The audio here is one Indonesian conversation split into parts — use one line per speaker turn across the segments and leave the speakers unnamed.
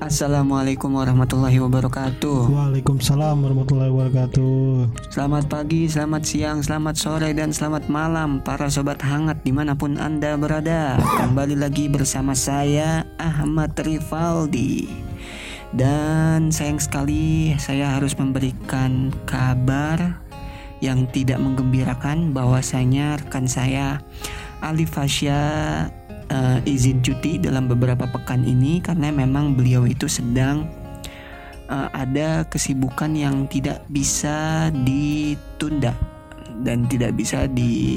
Assalamualaikum warahmatullahi wabarakatuh.
Waalaikumsalam warahmatullahi wabarakatuh.
Selamat pagi, selamat siang, selamat sore, dan selamat malam para sobat hangat dimanapun Anda berada. Kembali lagi bersama saya Ahmad Rivaldi. Dan sayang sekali saya harus memberikan kabar yang tidak menggembirakan bahwasanya rekan saya Alif Fasya izin cuti dalam beberapa pekan ini karena memang beliau itu sedang ada kesibukan yang tidak bisa ditunda dan tidak bisa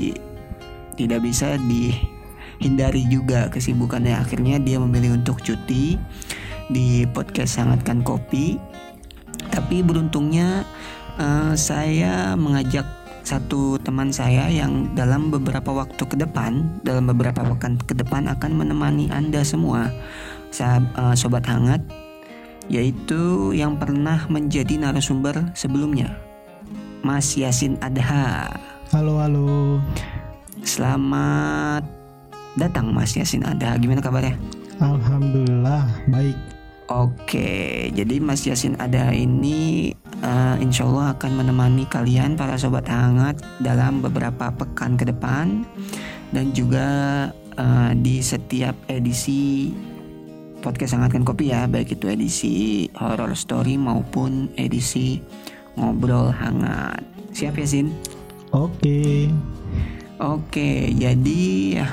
dihindari juga kesibukannya. Akhirnya dia memilih untuk cuti di podcast Hangatkan Kopi. Tapi beruntungnya saya mengajak satu teman saya yang dalam beberapa pekan ke depan akan menemani Anda semua sobat hangat, yaitu yang pernah menjadi narasumber sebelumnya, Mas Yasin Adha.
Halo.
Selamat datang Mas Yasin Adha. Gimana kabarnya?
Alhamdulillah baik.
Oke, jadi Mas Yasin Adha ini insya Allah akan menemani kalian para sobat hangat dalam beberapa pekan ke depan, dan juga di setiap edisi podcast Hangatkan Kopi ya, baik itu edisi horror story maupun edisi ngobrol hangat. Siap ya Sin?
Oke, jadi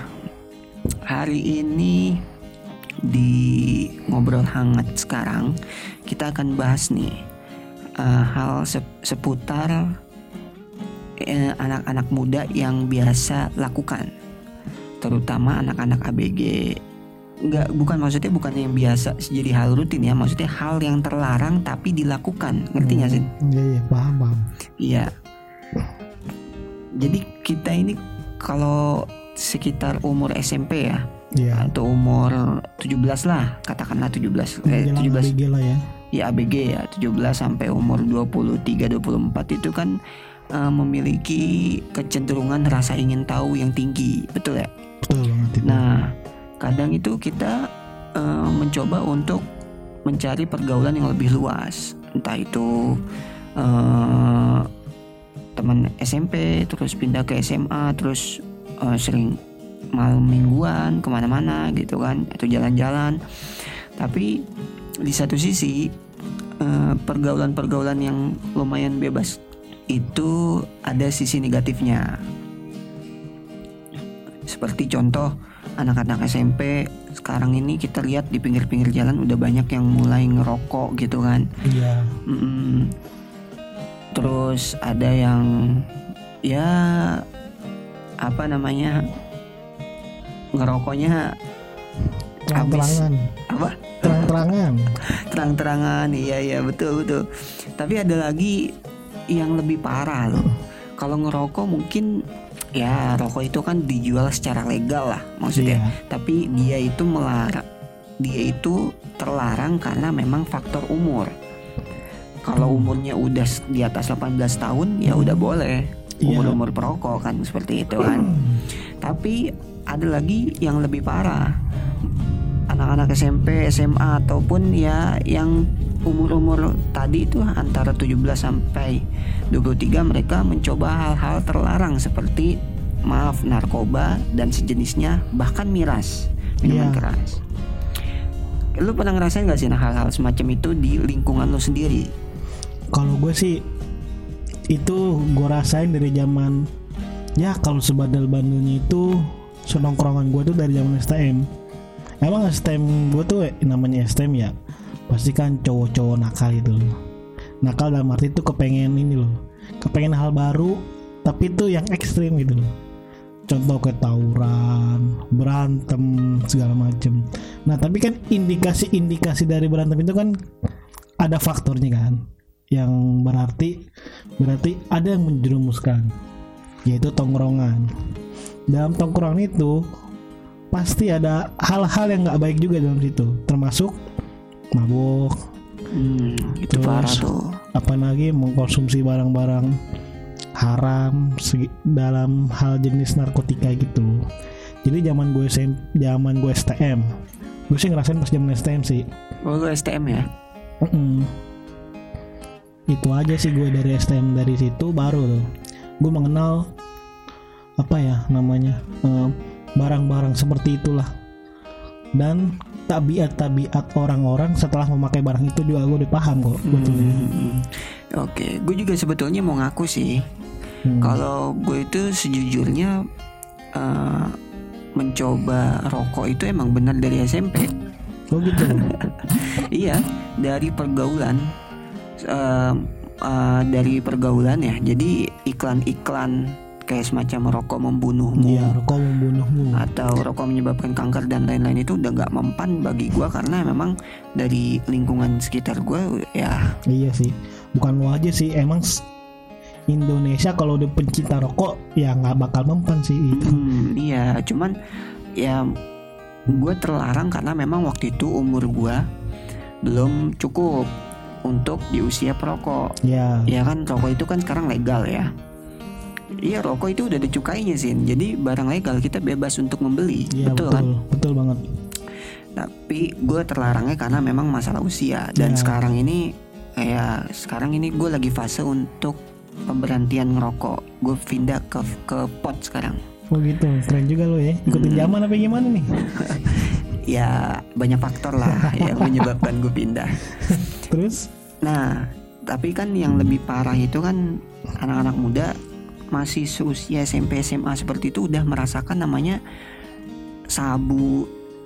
hari ini di ngobrol hangat sekarang kita akan bahas nih hal seputar anak-anak muda yang biasa lakukan, terutama anak-anak ABG. Bukan yang biasa jadi hal rutin ya, maksudnya hal yang terlarang tapi dilakukan. Ngerti nggak sih? Iya, paham.
Iya. Jadi kita ini kalau sekitar umur SMP ya, atau umur 17 lah, katakanlah 17
ABG lah ya.
Ya ABG ya, 17 sampai umur 23-24 itu kan memiliki kecenderungan rasa ingin tahu yang tinggi, betul ya?
Betul banget itu.
Nah, kadang itu kita mencoba untuk mencari pergaulan yang lebih luas, entah itu teman SMP terus pindah ke SMA, terus sering malam mingguan kemana-mana gitu kan, atau jalan-jalan. Tapi di satu sisi pergaulan-pergaulan yang lumayan bebas itu ada sisi negatifnya. Seperti contoh anak-anak SMP sekarang ini kita lihat di pinggir-pinggir jalan udah banyak yang mulai ngerokok gitu kan.
Iya.
Terus ada yang ngerokoknya terang-terangan. Iya betul. Tapi ada lagi yang lebih parah loh. Kalau ngerokok mungkin ya rokok itu kan dijual secara legal lah maksudnya. Tapi dia itu terlarang karena memang faktor umur. Kalau umurnya udah di atas 18 tahun ya udah boleh umur perokok kan, seperti itu kan. Tapi ada lagi yang lebih parah, anak-anak SMP, SMA ataupun ya yang umur-umur tadi itu antara 17 sampai 23, mereka mencoba hal-hal terlarang seperti narkoba dan sejenisnya, bahkan miras, minuman keras. Lu pernah ngerasain gak sih hal-hal semacam itu di lingkungan lu sendiri?
Kalau gue sih itu gue rasain dari zaman kalau sebandel-bandelnya itu senongkrongan gue tuh dari zaman STM. Emang STM gue tuh namanya STM ya, pasti kan cowok-cowok nakal gitu loh. Nakal dalam arti tuh kepengen hal baru, tapi itu yang ekstrim gitu loh. Contoh ketawuran, berantem, segala macem. Nah tapi kan indikasi dari berantem itu kan ada faktornya kan, yang berarti ada yang menjerumuskan, yaitu tongkrongan. Dalam tongkrongan itu pasti ada hal-hal yang nggak baik juga dalam situ, termasuk mabuk.
Itu parah tuh.
Apalagi mengkonsumsi barang-barang haram dalam hal jenis narkotika gitu. Jadi zaman gue STM Gue sih ngerasain pas zaman STM sih.
Oh, lu STM ya?
Itu aja sih gue dari STM. Dari situ baru tuh gue mengenal apa ya namanya, barang-barang seperti itulah. Dan tabiat-tabiat orang-orang setelah memakai barang itu juga gue udah paham kok.
Oke, gue juga sebetulnya mau ngaku sih. Kalau gue itu sejujurnya mencoba rokok itu emang benar dari SMP.
Oh gitu.
Iya, dari pergaulan, ya. Jadi iklan-iklan kayak semacam rokok membunuhmu.
Iya, rokok membunuhmu.
Atau rokok menyebabkan kanker dan lain-lain itu udah nggak mempan bagi gue, karena memang dari lingkungan sekitar gue ya.
Iya sih, bukan lo aja sih, emang Indonesia kalau udah pencinta rokok ya nggak bakal mempan sih itu.
Iya, cuman ya gue terlarang karena memang waktu itu umur gue belum cukup untuk di usia perokok.
Ya
kan, rokok itu kan sekarang legal ya. Iya, rokok itu udah ada cukainya sih. Jadi barang legal, kita bebas untuk membeli.
Ya, betul kan? Betul banget.
Tapi gue terlarangnya karena memang masalah usia. Dan sekarang ini gue lagi fase untuk pemberhentian ngerokok. Gue pindah ke pot sekarang.
Oh gitu, keren juga lo ya. Ikutin zaman apa gimana nih?
Ya banyak faktor lah yang menyebabkan gue pindah.
Terus?
Nah, tapi kan yang lebih parah itu kan anak-anak muda masih seusia SMP SMA seperti itu udah merasakan namanya sabu,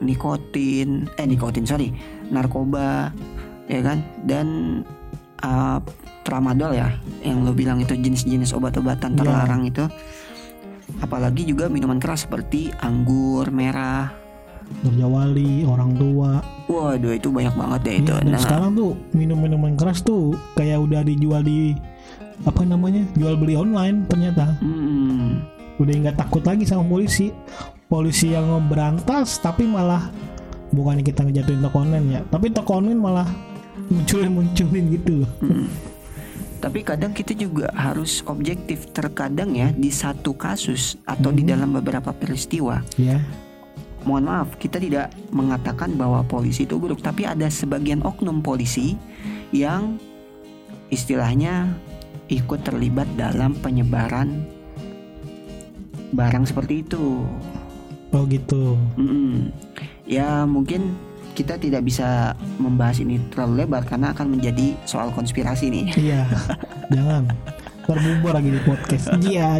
narkoba, ya kan, dan tramadol ya, yang lo bilang itu jenis-jenis obat-obatan terlarang itu. Apalagi juga minuman keras seperti anggur merah,
berjawali, orang tua.
Waduh, itu banyak banget deh itu.
Dan sekarang tuh minuman keras tuh kayak udah dijual di jual beli online ternyata. Udah nggak takut lagi sama polisi yang ngeberantas, tapi malah bukannya kita ngejatuhin toko online ya, tapi toko online malah munculin gitu.
Tapi kadang kita juga harus objektif. Terkadang ya di satu kasus atau di dalam beberapa peristiwa, mohon maaf, kita tidak mengatakan bahwa polisi itu buruk, tapi ada sebagian oknum polisi yang istilahnya ikut terlibat dalam penyebaran barang seperti itu.
Oh gitu.
Ya mungkin kita tidak bisa membahas ini terlalu lebar karena akan menjadi soal konspirasi nih. Iya,
jangan terbubur lagi di podcast. Iya.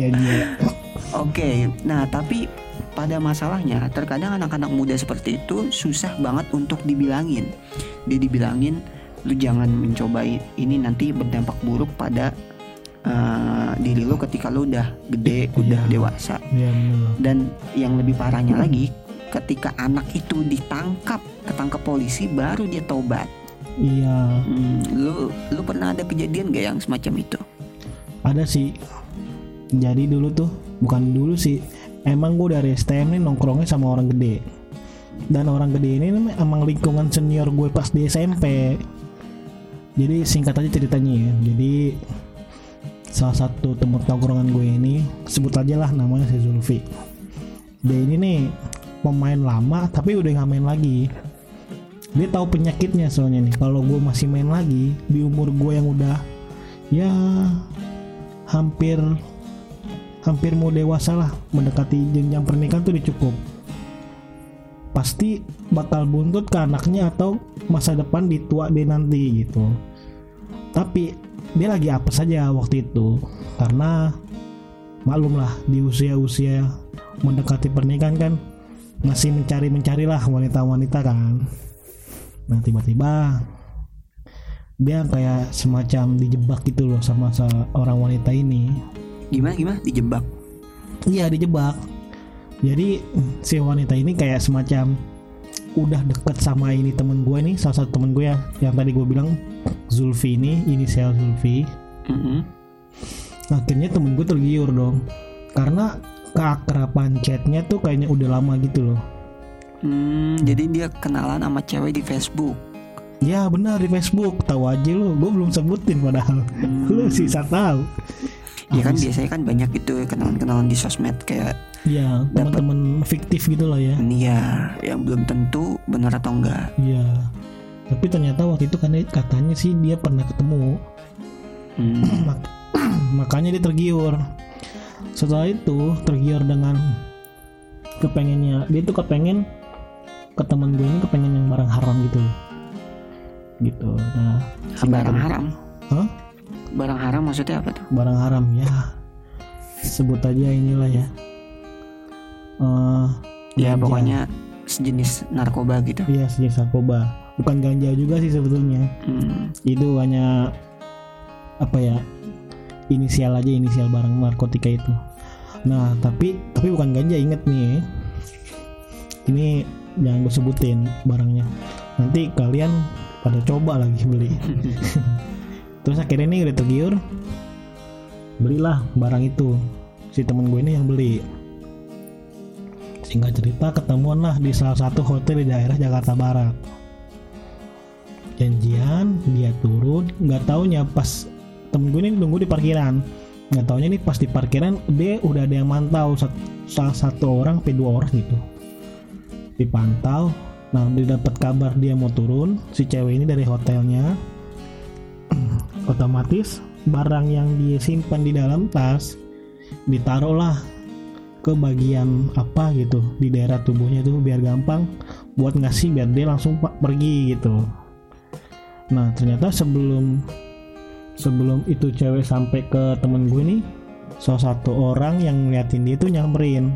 Oke, nah tapi pada masalahnya terkadang anak-anak muda seperti itu susah banget untuk dibilangin. Dia dibilangin, lu jangan mencoba ini, nanti berdampak buruk pada diri lu ketika lu udah gede, udah dewasa. Dan yang lebih parahnya lagi, ketika anak itu ketangkap polisi baru dia tobat.
Iya.
Lu pernah ada kejadian gak yang semacam itu?
Ada sih. Jadi bukan dulu sih, emang gue dari STM nih nongkrongnya sama orang gede. Dan orang gede ini emang lingkungan senior gue pas di SMP. Jadi singkat aja ceritanya ya. Jadi salah satu teman tongkrongan gue ini, sebut aja lah namanya si Zulfi. Dia ini nih pemain lama tapi udah gak main lagi. Dia tahu penyakitnya soalnya nih. Kalau gue masih main lagi di umur gue yang udah ya hampir mau dewasa lah, mendekati jenjang pernikahan tuh udah cukup, pasti bakal buntut ke anaknya atau masa depan di tua dia nanti gitu. Tapi dia lagi apes saja waktu itu, karena maklum lah di usia mendekati pernikahan kan masih mencari lah wanita-wanita kan. Nah tiba-tiba dia kayak semacam dijebak gitu loh sama seorang wanita ini.
Gimana dijebak?
Iya, dijebak. Jadi si wanita ini kayak semacam udah deket sama ini temen gue nih, salah satu temen gue ya, yang tadi gue bilang Zulfi ini, inisial Zulfi. Akhirnya temen gue tergiur dong, karena keakraban chatnya tuh kayaknya udah lama gitu loh.
Jadi dia kenalan sama cewek di Facebook.
Ya benar, di Facebook. Tahu aja lo, gue belum sebutin padahal. Lu sisa tahu.
Ya kan biasanya kan banyak itu kenalan-kenalan di sosmed kayak
Iya, teman-teman fiktif gitu lah ya.
Iya, yang belum tentu benar atau enggak.
Iya. Tapi ternyata waktu itu katanya sih dia pernah ketemu. Makanya dia tergiur. Setelah itu tergiur dengan kepengennya. Dia tuh kepengen ke teman gue ini kepengen yang barang haram gitu. Nah,
barang haram?
Hah?
Barang haram maksudnya apa tuh?
Barang haram ya. Sebut aja inilah ya.
Ya pokoknya sejenis narkoba gitu.
Iya, sejenis narkoba. Bukan ganja juga sih sebetulnya. Itu hanya apa ya? Inisial barang narkotika itu. Nah, tapi bukan ganja, inget nih. Ini jangan gue sebutin barangnya. Nanti kalian pada coba lagi beli. Terus akhirnya nih udah tergiur, belilah barang itu. Si temen gue ini yang beli. Singkat cerita ketemuan lah di salah satu hotel di daerah Jakarta Barat. Janjian, dia turun, nggak taunya pas temen gue ini nunggu di parkiran. Nggak taunya nih pas di parkiran dia udah ada yang mantau, salah satu orang sampai 2 orang gitu. Dipantau. Nah, dia dapat kabar dia mau turun, si cewek ini dari hotelnya. Otomatis barang yang dia simpan di dalam tas ditaruhlah ke bagian apa gitu di daerah tubuhnya itu biar gampang buat ngasih, biar dia langsung pergi gitu. Nah, ternyata sebelum itu cewek sampai ke temen gue nih, salah satu orang yang ngeliatin dia tuh nyamperin.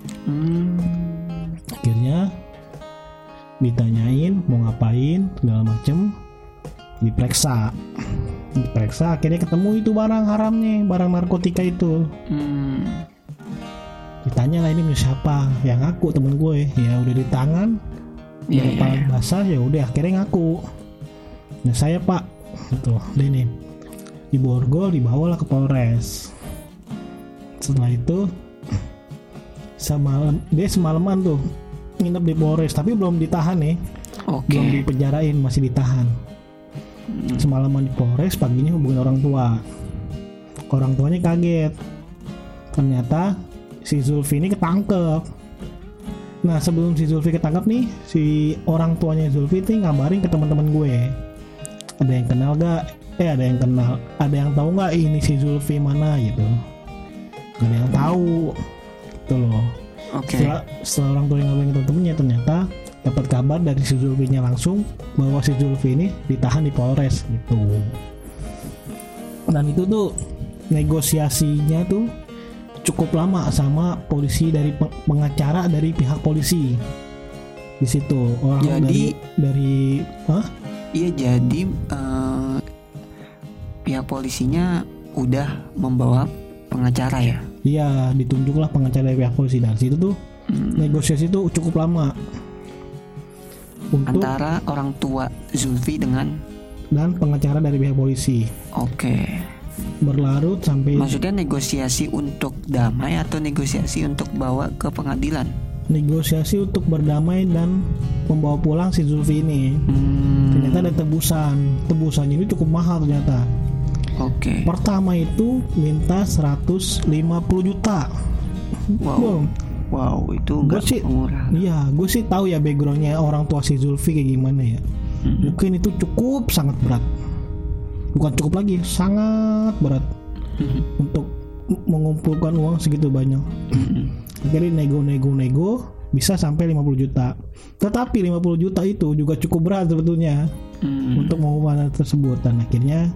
Akhirnya ditanyain mau ngapain segala macem, diperiksa akhirnya ketemu itu barang haramnya, barang narkotika itu. Ditanya lah ini punya siapa, yang ngaku temen gue. Ya udah di tangan basah, ya udah akhirnya ngaku. Nah, saya pak gitu deh nih, diborgol, dibawalah ke Polres. Setelah itu semalaman tuh nginep di Polres, tapi belum ditahan nih. Belum dipenjarain, masih ditahan. Semalaman di Polres, paginya hubungin orang tua. Orang tuanya kaget, ternyata si Zulfi ini ketangkep. Nah, sebelum si Zulfi ketangkep nih, si orang tuanya Zulfi itu ngabarin ke teman-teman gue. Ada yang kenal gak? Ada yang tahu nggak ini si Zulfi mana gitu? Gak ada yang tahu, gitu loh. Setelah orang tua yang ngabarin ke temen-temennya, ternyata dapat kabar dari si Zulfi-nya langsung bahwa si Zulfi ini ditahan di Polres gitu. Dan itu tuh negosiasinya tuh cukup lama sama polisi, dari pengacara dari pihak polisi di situ. Orang dari
jadi pihak polisinya udah membawa pengacara ya?
Iya, ditunjuklah pengacara dari pihak polisi. Dari situ tuh negosiasi tuh cukup lama
antara orang tua Zulfi dan
pengacara dari pihak polisi. Berlarut sampai.
Maksudnya negosiasi untuk damai atau negosiasi untuk bawa ke pengadilan?
Negosiasi untuk berdamai dan membawa pulang si Zulfi ini. Ternyata ada tebusannya ini cukup mahal ternyata. Pertama itu minta 150 juta.
Wow, itu nggak murah.
Iya, gue sih tahu ya backgroundnya orang tua si Zulfi kayak gimana ya. Mungkin itu cukup sangat berat. Bukan cukup lagi, sangat berat untuk mengumpulkan uang segitu banyak. Akhirnya nego bisa sampai 50 juta. Tetapi 50 juta itu juga cukup berat sebetulnya untuk mengumpulkan tersebut. Dan akhirnya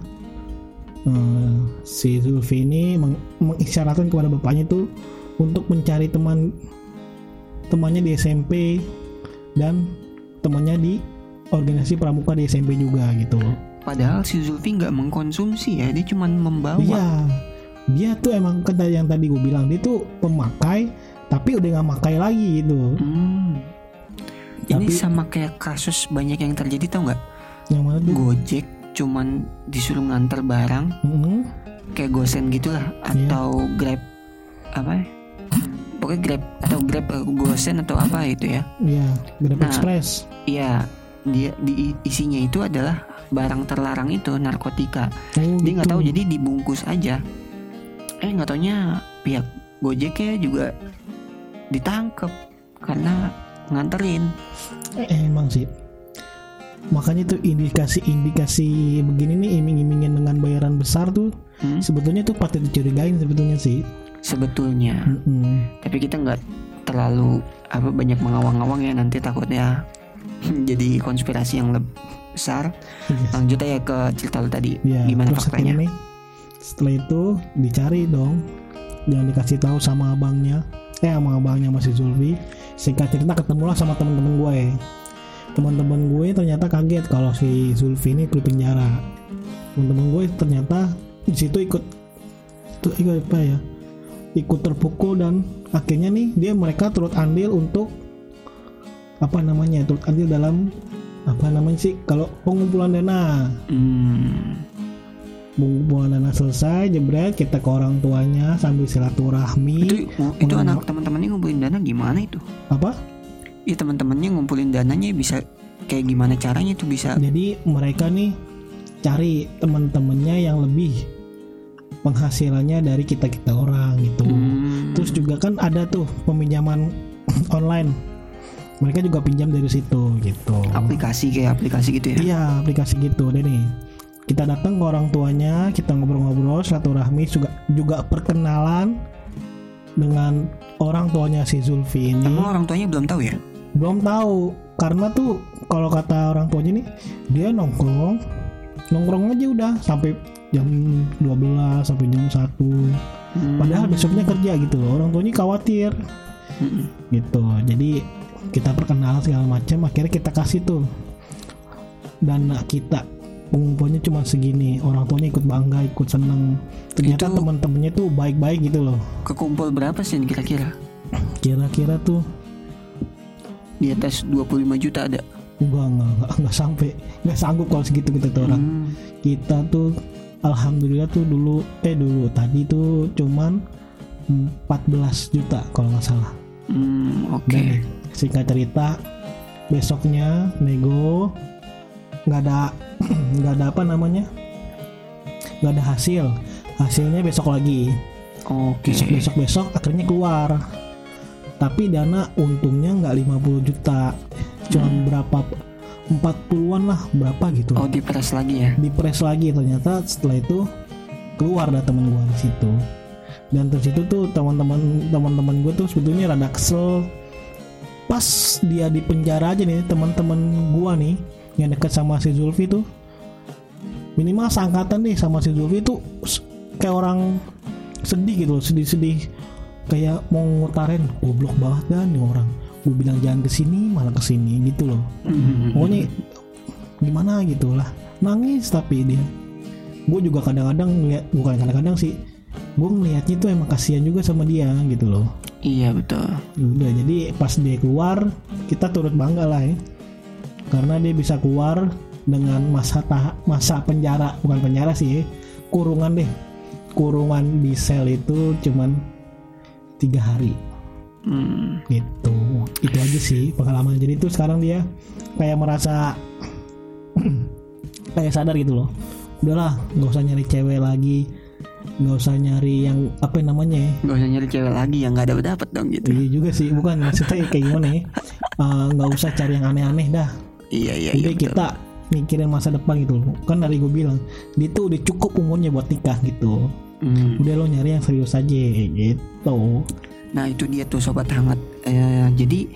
si Zulfi ini mengisyaratkan kepada bapaknya itu untuk mencari temannya di SMP dan temannya di organisasi pramuka di SMP juga gitu.
Padahal si Zulfi nggak mengkonsumsi ya, dia cuma membawa.
Iya, dia tuh emang yang tadi gue bilang, dia tuh pemakai tapi udah nggak makai lagi gitu.
Ini sama kayak kasus banyak yang terjadi, tau nggak?
Yang mana tuh?
Gojek cuman disuruh nganter barang, kayak Gosen gitulah, atau Grab apa ya? Pokoknya Grab atau Grab Gosen atau apa itu ya?
Iya, Grab Express.
Iya, dia isinya itu adalah barang terlarang itu, narkotika. Dia nggak tahu, jadi dibungkus aja. nggak taunya pihak Gojeknya juga ditangkap karena nganterin.
Emang sih. Makanya tuh indikasi begini nih, iming-imingin dengan bayaran besar tuh sebetulnya tuh patut dicurigain sebetulnya sih.
Sebetulnya. Tapi kita nggak terlalu banyak mengawang-awang ya, nanti takutnya jadi konspirasi yang lebih besar. Lanjut aja ke cerita lu tadi.
Ya,
gimana
terus
faktanya?
nih, setelah itu dicari dong, jangan dikasih tahu sama abangnya. Sama abangnya masih Zulfi. Singkat cerita ketemulah sama teman-teman gue. Teman-teman gue ternyata kaget kalau si Zulfi ini ke penjara. Teman-teman gue ternyata di situ ikut apa ya? Ikut terpukul dan akhirnya nih mereka turut andil untuk turut andil dalam kalau pengumpulan dana. Pengumpulan dana selesai, jebret kita ke orang tuanya sambil silaturahmi.
Itu anak teman-temannya ngumpulin dana gimana itu?
Apa?
Ya teman-temannya ngumpulin dananya bisa kayak gimana caranya tuh bisa?
Jadi mereka nih cari teman-temannya yang lebih penghasilannya dari kita orang gitu. Terus juga kan ada tuh peminjaman online. Mereka juga pinjam dari situ gitu.
Aplikasi gitu ya?
Iya, aplikasi gitu deh nih. Kita datang ke orang tuanya, kita ngobrol-ngobrol, silaturahmi, juga perkenalan dengan orang tuanya si Zulfi ini.
Emang orang tuanya belum tahu ya?
Belum tahu, karena tuh kalau kata orang tuanya nih, dia nongkrong aja udah sampai jam 12 sampai jam 1. Padahal besoknya kerja gitu loh. Orang tuanya khawatir. Gitu. Jadi kita perkenalan segala macam, akhirnya kita kasih tuh dana kita. Pengumpulnya cuma segini. Orang tuanya ikut bangga, ikut seneng. Ternyata teman-temannya tuh baik-baik gitu loh.
Kekumpul berapa sih kira-kira?
Kira-kira tuh
di atas 25 juta ada?
Enggak sampai. Enggak sanggup kalau segitu kita tuh orang. Kita tuh alhamdulillah tuh dulu tadi tuh cuman 14 juta kalau nggak salah.
Oke.
Singkat cerita, besoknya nego nggak ada nggak ada hasilnya besok lagi. Besok akhirnya keluar, tapi dana untungnya nggak 50 juta, cuma berapa 40-an lah, berapa gitu.
Diperes lagi
ternyata. Setelah itu keluar dah teman gue di situ. Dan terus itu tuh teman-teman gue tuh sebetulnya rada kesel. Pas dia di penjara aja nih, teman-teman gue nih yang dekat sama si Zulfi tuh minimal seangkatan nih sama si Zulfi tuh kayak orang sedih gitu, sedih kayak mau ngutarin, goblok banget dah nih orang. Gue bilang jangan kesini malah kesini gitu loh. Pokoknya gimana gitu lah, nangis. Tapi dia, gue juga kadang-kadang ngeliat, bukan kadang-kadang sih, gue ngeliatnya tuh emang kasihan juga sama dia gitu loh.
Iya betul.
Udah, jadi pas dia keluar kita turut bangga lah ya, karena dia bisa keluar dengan masa penjara, bukan penjara sih, kurungan di sel itu cuman 3 hari. Gitu. Itu aja sih pengalaman. Jadi tuh sekarang dia kayak merasa kayak sadar gitu loh. Udahlah, nggak usah nyari cewek lagi, nggak usah nyari yang nggak
usah nyari cewek lagi yang nggak dapat dong gitu.
Iya juga sih, bukan maksudnya kayak gimana ya, nggak usah cari yang aneh-aneh dah.
Iya.
Jadi kita mikirin masa depan gitu loh. Kan dari gue bilang dia tuh udah cukup umurnya buat nikah gitu. Udah lo nyari yang serius aja gitu.
Nah itu dia tuh sobat hangat. Jadi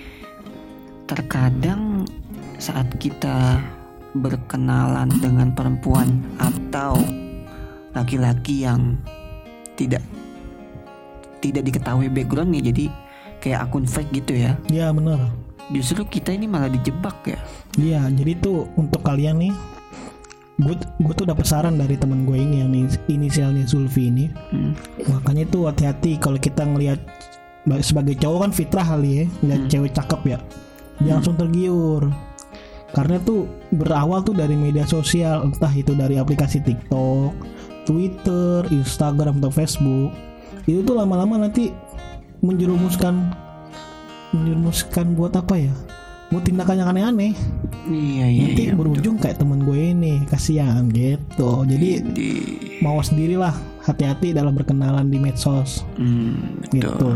terkadang saat kita berkenalan dengan perempuan atau laki-laki yang tidak diketahui backgroundnya, jadi kayak akun fake gitu ya.
Iya benar.
Justru kita ini malah dijebak ya.
Iya, jadi tuh untuk kalian nih, gue tuh dapet saran dari teman gue ini yang inisialnya Zulfi ini. Makanya tuh hati-hati kalau kita ngelihat, sebagai cowok kan fitrah kali ya, ngeliat cewek cakep ya, jangan langsung tergiur. Karena tuh berawal tuh dari media sosial, entah itu dari aplikasi TikTok, Twitter, Instagram atau Facebook. Itu tuh lama-lama nanti menjerumuskan buat apa ya? Buat tindakan yang aneh-aneh.
Iya.
Nanti berujung betul. Kayak teman gue ini, kasihan gitu. Jadi mawas dirilah, hati-hati dalam berkenalan di medsos.
Betul.
Gitu.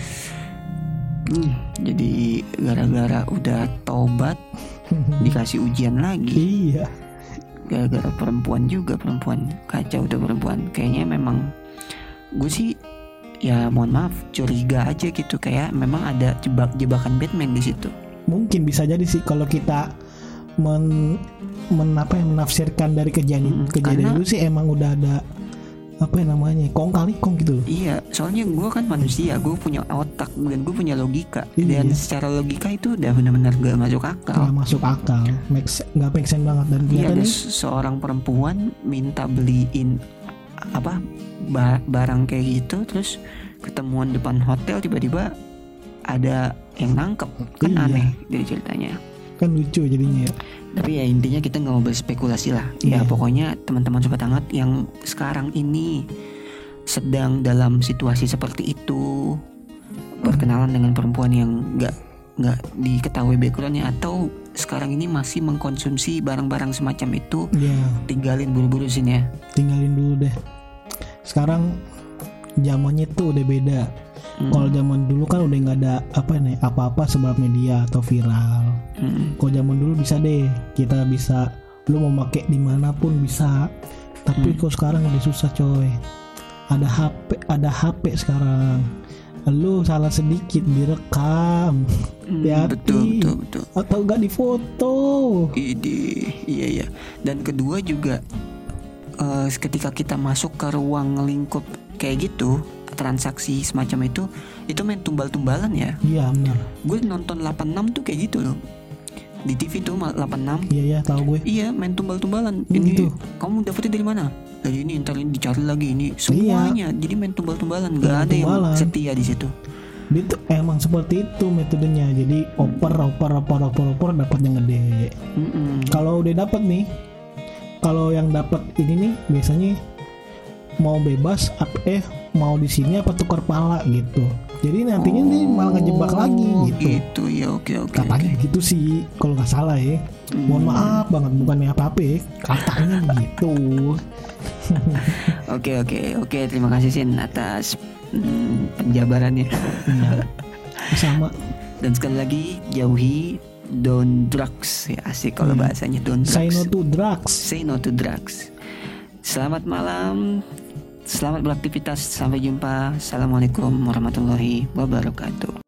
Jadi gara-gara udah tobat dikasih ujian lagi.
Iya.
Gara-gara perempuan kacau udah perempuan. Kayaknya memang gue sih ya mohon maaf curiga aja gitu, kayak memang ada jebakan Batman di situ.
Mungkin bisa jadi sih kalau kita menafsirkan dari kejadian itu sih emang udah ada kong kali kong gitu loh.
Iya, soalnya gue kan manusia, gue punya otak dan gue punya logika.
Iya.
Dan secara logika itu udah benar-benar gak masuk akal.
Gak masuk akal, gak make sense banget. Dan
iya, ada
nih,
seorang perempuan minta beliin barang kayak gitu, terus ketemuan depan hotel, tiba-tiba ada yang nangkep. Kan
iya.
Aneh dari ceritanya.
Kan lucu jadinya ya.
Tapi ya intinya kita gak mau berspekulasi lah. Ya pokoknya teman-teman sobat hangat yang sekarang ini sedang dalam situasi seperti itu, berkenalan dengan perempuan yang gak diketahui backgroundnya, atau sekarang ini masih mengkonsumsi barang-barang semacam itu, tinggalin buru-buru sini ya.
Tinggalin dulu deh. Sekarang zamannya tuh udah beda. Kalau zaman dulu kan udah nggak ada apa-apa sebab media atau viral. Kalau zaman dulu bisa deh, kita bisa, lu mau pakai dimanapun bisa. Tapi kalau sekarang udah susah coy. Ada HP sekarang. Lu salah sedikit direkam.
Betul.
Atau nggak difoto.
Iya. Dan kedua juga ketika kita masuk ke ruang lingkup kayak gitu, transaksi semacam itu main tumbal-tumbalan ya.
Iya benar.
Gue nonton 86 tuh kayak gitu loh. Di TV tuh 86.
Iya tahu gue.
Iya, main tumbal-tumbalan. Ini
gitu.
Kamu dapetnya dari mana? Dari ini, ntar ini dicari lagi ini. Semuanya. Jadi main tumbal-tumbalan. Gak ada yang setia di situ.
Itu emang seperti itu metodenya. Jadi oper dapat yang gede. Kalau udah dapat nih, kalau yang dapat ini nih biasanya mau bebas mau di sini apa tukar pala gitu. Jadi nantinya nih malah ngejebak lagi gitu.
Gitu ya, oke.
Katanya gitu sih kalau nggak salah ya. Mohon maaf banget, bukannya apa-apa ya. Katanya gitu.
Oke. Terima kasih Sin atas penjabarannya.
Iya. Sama.
Dan sekali lagi jauhi don't drugs ya, asik kalau bahasanya don't drugs.
Say no to drugs.
Say no to drugs. Selamat malam. Selamat beraktivitas. Sampai jumpa. Assalamualaikum warahmatullahi wabarakatuh.